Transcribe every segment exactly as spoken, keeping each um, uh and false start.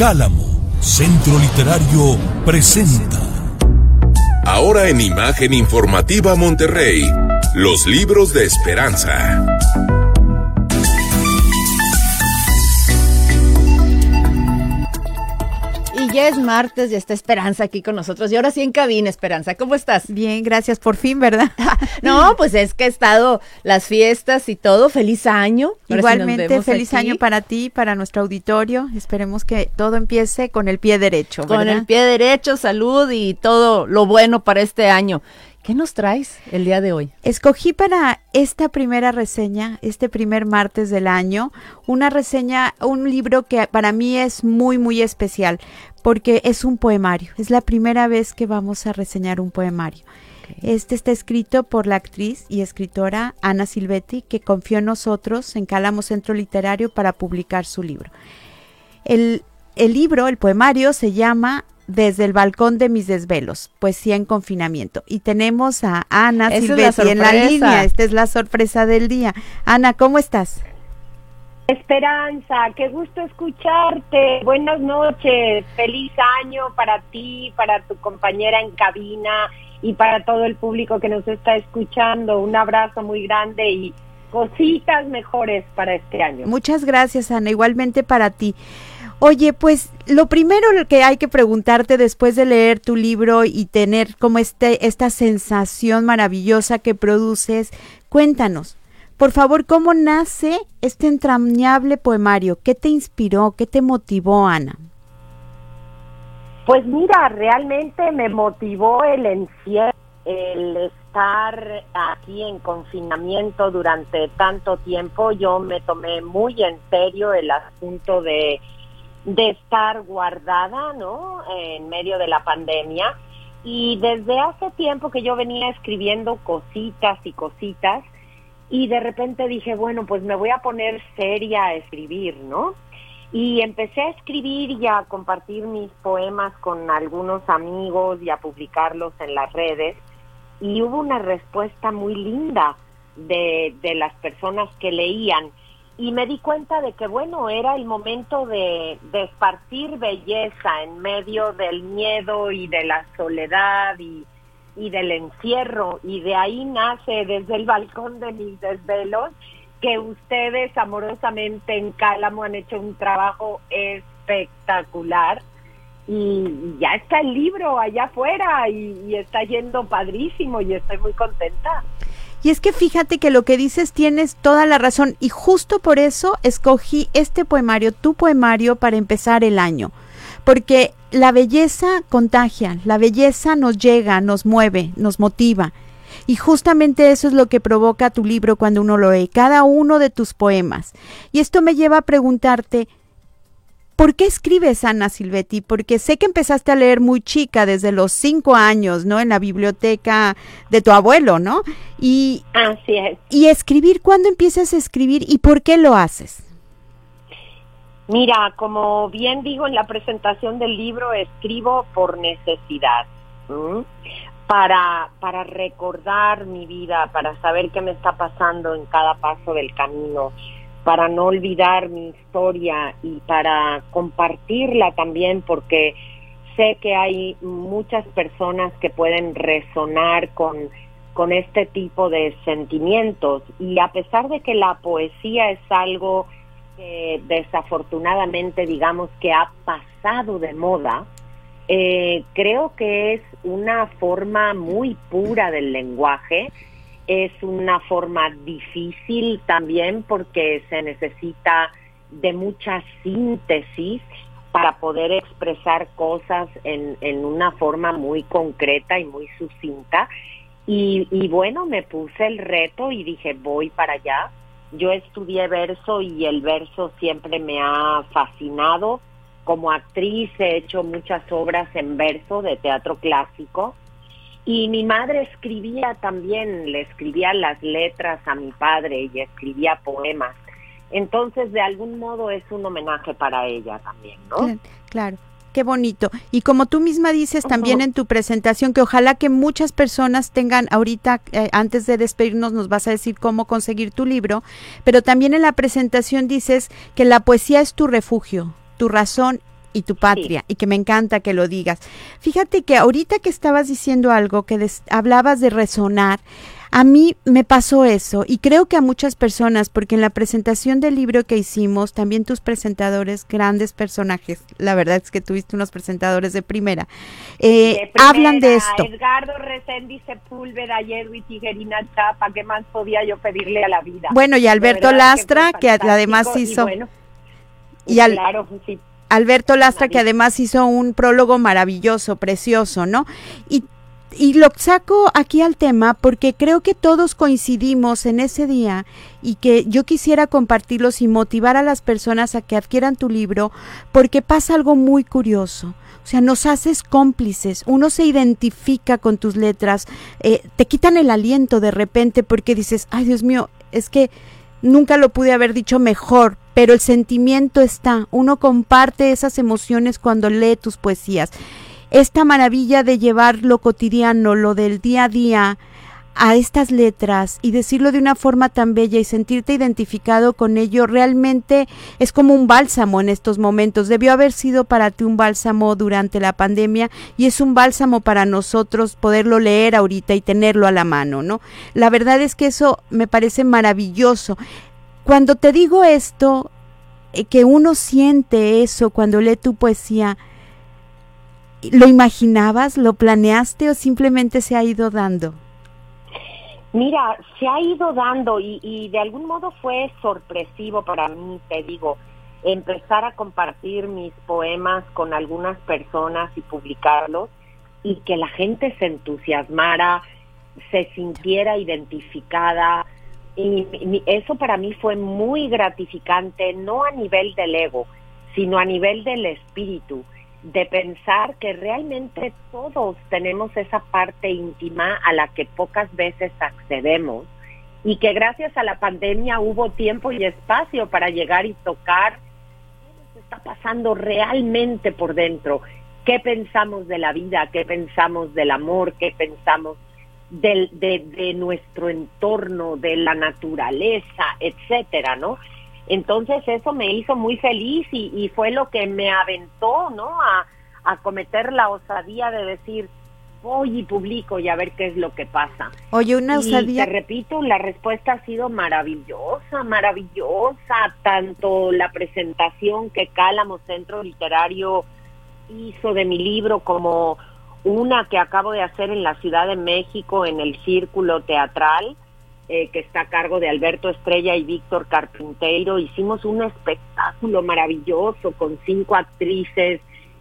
Cálamo, Centro Literario, presenta. Ahora en Imagen Informativa Monterrey, los libros de esperanza. Y ya es martes, ya está Esperanza aquí con nosotros. Y ahora sí en cabina, Esperanza, ¿cómo estás? Bien, gracias, por fin, ¿verdad? No, pues es que ha estado las fiestas y todo. ¡Feliz año! Igualmente, feliz aquí. año para ti, para nuestro auditorio. Esperemos que todo empiece con el pie derecho, ¿verdad? Con el pie derecho, salud y todo lo bueno para este año. ¿Qué nos traes el día de hoy? Escogí para esta primera reseña, este primer martes del año, una reseña, un libro que para mí es muy, muy especial, porque es un poemario. Es la primera vez que vamos a reseñar un poemario. Okay. Este está escrito por la actriz y escritora Ana Silvetti, que confió en nosotros, en Cálamo Centro Literario, para publicar su libro. El, el libro, el poemario, se llama Desde el balcón de mis desvelos, poesía en confinamiento. Y tenemos a Ana Esa Silvetti en la línea. Esta es la sorpresa del día. Ana, ¿cómo estás? Esperanza, qué gusto escucharte. Buenas noches. Feliz año para ti, para tu compañera en cabina y para todo el público que nos está escuchando. Un abrazo muy grande y cositas mejores para este año. Muchas gracias, Ana. Igualmente para ti. Oye, pues lo primero que hay que preguntarte después de leer tu libro y tener como este esta sensación maravillosa que produces, cuéntanos, por favor, ¿cómo nace este entrañable poemario? ¿Qué te inspiró? ¿Qué te motivó, Ana? Pues mira, realmente me motivó el encierro, el estar aquí en confinamiento durante tanto tiempo. Yo me tomé muy en serio el asunto de de estar guardada, ¿no?, en medio de la pandemia, y desde hace tiempo que yo venía escribiendo cositas y cositas, y de repente dije, bueno, pues me voy a poner seria a escribir, ¿no? Y empecé a escribir y a compartir mis poemas con algunos amigos y a publicarlos en las redes, y hubo una respuesta muy linda de, de las personas que leían. Y me di cuenta de que, bueno, era el momento de, de esparcir belleza en medio del miedo y de la soledad y, y del encierro. Y de ahí nace, desde el balcón de mis desvelos, que ustedes amorosamente en Cálamo han hecho un trabajo espectacular. Y ya está el libro allá afuera y, y está yendo padrísimo y estoy muy contenta. Y es que fíjate que lo que dices tienes toda la razón y justo por eso escogí este poemario, tu poemario, para empezar el año. Porque la belleza contagia, la belleza nos llega, nos mueve, nos motiva. Y justamente eso es lo que provoca tu libro cuando uno lo lee, cada uno de tus poemas. Y esto me lleva a preguntarte, ¿por qué escribes, Ana Silvetti? Porque sé que empezaste a leer muy chica, desde los cinco años, ¿no? En la biblioteca de tu abuelo, ¿no? Y, Así es. Y escribir, ¿cuándo empiezas a escribir y por qué lo haces? Mira, como bien digo en la presentación del libro, escribo por necesidad, ¿m? para para recordar mi vida, para saber qué me está pasando en cada paso del camino, para no olvidar mi historia y para compartirla también, porque sé que hay muchas personas que pueden resonar con, con este tipo de sentimientos. Y a pesar de que la poesía es algo que desafortunadamente, digamos, que ha pasado de moda, eh, creo que es una forma muy pura del lenguaje. Es una forma difícil también porque se necesita de mucha síntesis para poder expresar cosas en, en una forma muy concreta y muy sucinta. Y, y bueno, me puse el reto y dije, voy para allá. Yo estudié verso y el verso siempre me ha fascinado. Como actriz he hecho muchas obras en verso de teatro clásico. Y mi madre escribía también, le escribía las letras a mi padre y escribía poemas. Entonces, de algún modo es un homenaje para ella también, ¿no? Claro, claro. Qué bonito. Y como tú misma dices también uh-huh. en tu presentación, que ojalá que muchas personas tengan ahorita, eh, antes de despedirnos, nos vas a decir cómo conseguir tu libro, pero también en la presentación dices que la poesía es tu refugio, tu razón y tu patria, sí. Y que me encanta que lo digas. Fíjate que ahorita que estabas diciendo algo, que des, hablabas de resonar, a mí me pasó eso, y creo que a muchas personas, porque en la presentación del libro que hicimos, también tus presentadores, grandes personajes, la verdad es que tuviste unos presentadores de primera, eh, de primera hablan de esto. Edgardo Reséndiz Sepúlveda, Edwin Tijerina Chapa, ¿qué más podía yo pedirle a la vida? Bueno, y Alberto Lastra, que, que además hizo... Y bueno, y al, claro, sí. Alberto Lastra, que además hizo un prólogo maravilloso, precioso, ¿no? Y, y lo saco aquí al tema porque creo que todos coincidimos en ese día y que yo quisiera compartirlos y motivar a las personas a que adquieran tu libro, porque pasa algo muy curioso. O sea, nos haces cómplices, uno se identifica con tus letras, eh, te quitan el aliento de repente porque dices, ay Dios mío, es que nunca lo pude haber dicho mejor, pero el sentimiento está, uno comparte esas emociones cuando lee tus poesías. Esta maravilla de llevar lo cotidiano, lo del día a día, a estas letras y decirlo de una forma tan bella y sentirte identificado con ello, realmente es como un bálsamo en estos momentos. Debió haber sido para ti un bálsamo durante la pandemia y es un bálsamo para nosotros poderlo leer ahorita y tenerlo a la mano, ¿no? La verdad es que eso me parece maravilloso. Cuando te digo esto, eh, que uno siente eso cuando lee tu poesía, ¿lo imaginabas, lo planeaste o simplemente se ha ido dando? Mira, se ha ido dando y, y de algún modo fue sorpresivo para mí, te digo, empezar a compartir mis poemas con algunas personas y publicarlos y que la gente se entusiasmara, se sintiera identificada. Y, y eso para mí fue muy gratificante, no a nivel del ego, sino a nivel del espíritu, de pensar que realmente todos tenemos esa parte íntima a la que pocas veces accedemos y que gracias a la pandemia hubo tiempo y espacio para llegar y tocar qué nos está pasando realmente por dentro, qué pensamos de la vida, qué pensamos del amor, qué pensamos del, de, de nuestro entorno, de la naturaleza, etcétera, ¿no? Entonces eso me hizo muy feliz y, y fue lo que me aventó, ¿no? A, a cometer la osadía de decir, voy y publico y a ver qué es lo que pasa. Oye, una osadía. Y te repito, la respuesta ha sido maravillosa, maravillosa, tanto la presentación que Cálamo Centro Literario hizo de mi libro como una que acabo de hacer en la Ciudad de México en el Círculo Teatral, Eh, que está a cargo de Alberto Estrella y Víctor Carpinteiro. Hicimos un espectáculo maravilloso con cinco actrices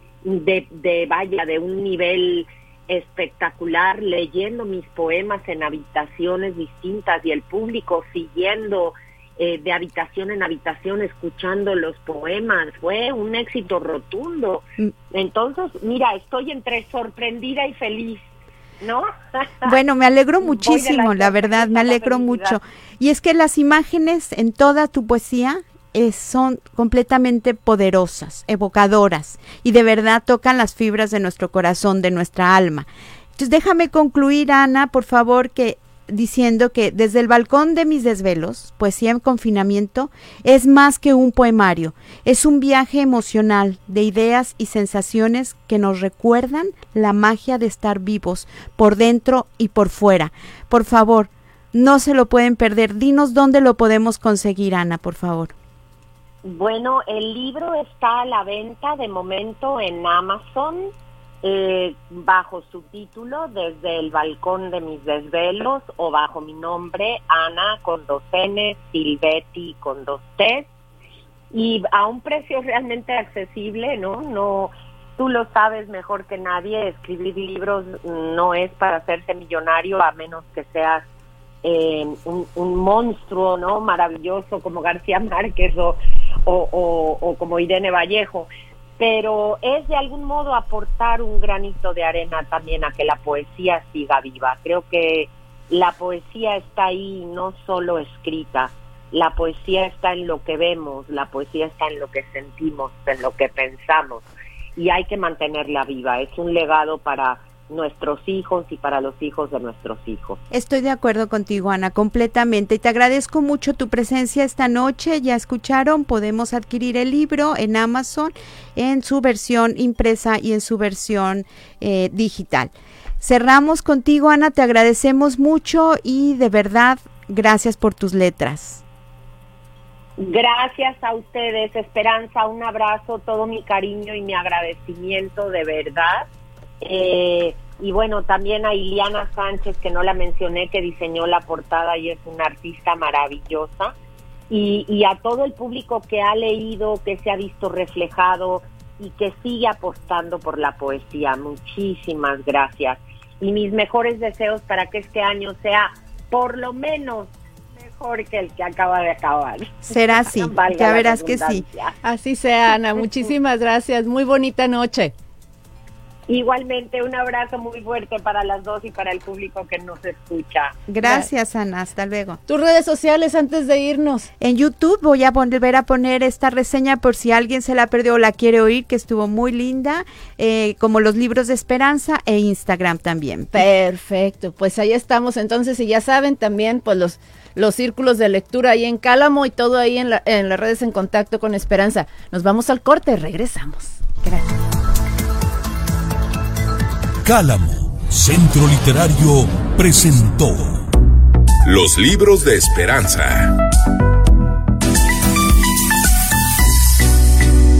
de, de vaya, de un nivel espectacular, leyendo mis poemas en habitaciones distintas y el público siguiendo eh, de habitación en habitación, escuchando los poemas. Fue un éxito rotundo. Entonces, mira, estoy entre sorprendida y feliz, ¿no? Bueno, me alegro muchísimo, la, la verdad, me alegro mucho. Y es que las imágenes en toda tu poesía eh, son completamente poderosas, evocadoras, y de verdad tocan las fibras de nuestro corazón, de nuestra alma. Entonces déjame concluir, Ana, por favor, que diciendo que desde el balcón de mis desvelos, poesía en confinamiento, es más que un poemario, es un viaje emocional de ideas y sensaciones que nos recuerdan la magia de estar vivos, por dentro y por fuera. Por favor, no se lo pueden perder. Dinos dónde lo podemos conseguir, Ana, por favor. Bueno, el libro está a la venta de momento en Amazon, Eh, bajo su título, Desde el balcón de mis desvelos, o bajo mi nombre, Ana con dos N, Silvetti con dos T, y a un precio realmente accesible, ¿no? No, tú lo sabes mejor que nadie, escribir libros no es para hacerse millonario, a menos que seas eh, un, un monstruo, ¿no? Maravilloso como García Márquez o, o, o, o como Irene Vallejo. Pero es de algún modo aportar un granito de arena también a que la poesía siga viva. Creo que la poesía está ahí, no solo escrita. La poesía está en lo que vemos, la poesía está en lo que sentimos, en lo que pensamos. Y hay que mantenerla viva. Es un legado para nuestros hijos y para los hijos de nuestros hijos. Estoy de acuerdo contigo, Ana, completamente. Y te agradezco mucho tu presencia esta noche. Ya escucharon, podemos adquirir el libro en Amazon en su versión impresa y en su versión eh, digital. Cerramos contigo, Ana, te agradecemos mucho y de verdad, gracias por tus letras. Gracias a ustedes, Esperanza, un abrazo, todo mi cariño y mi agradecimiento de verdad. Eh, y bueno, también a Iliana Sánchez, que no la mencioné, que diseñó la portada y es una artista maravillosa, y, y a todo el público que ha leído, que se ha visto reflejado y que sigue apostando por la poesía. Muchísimas gracias y mis mejores deseos para que este año sea por lo menos mejor que el que acaba de acabar. Será así, ya verás que sí. Así sea, Ana, muchísimas gracias, muy bonita noche. Igualmente, un abrazo muy fuerte para las dos y para el público que nos escucha. Gracias, Ana, hasta luego. Tus redes sociales antes de irnos. En YouTube voy a volver a poner esta reseña por si alguien se la perdió o la quiere oír, que estuvo muy linda, eh, como los libros de Esperanza, e Instagram también. Perfecto, pues ahí estamos entonces, y ya saben también pues los los círculos de lectura ahí en Cálamo y todo ahí en, la, en las redes en contacto con Esperanza. Nos vamos al corte, regresamos. Gracias. Cálamo, Centro Literario, presentó Los libros de Esperanza.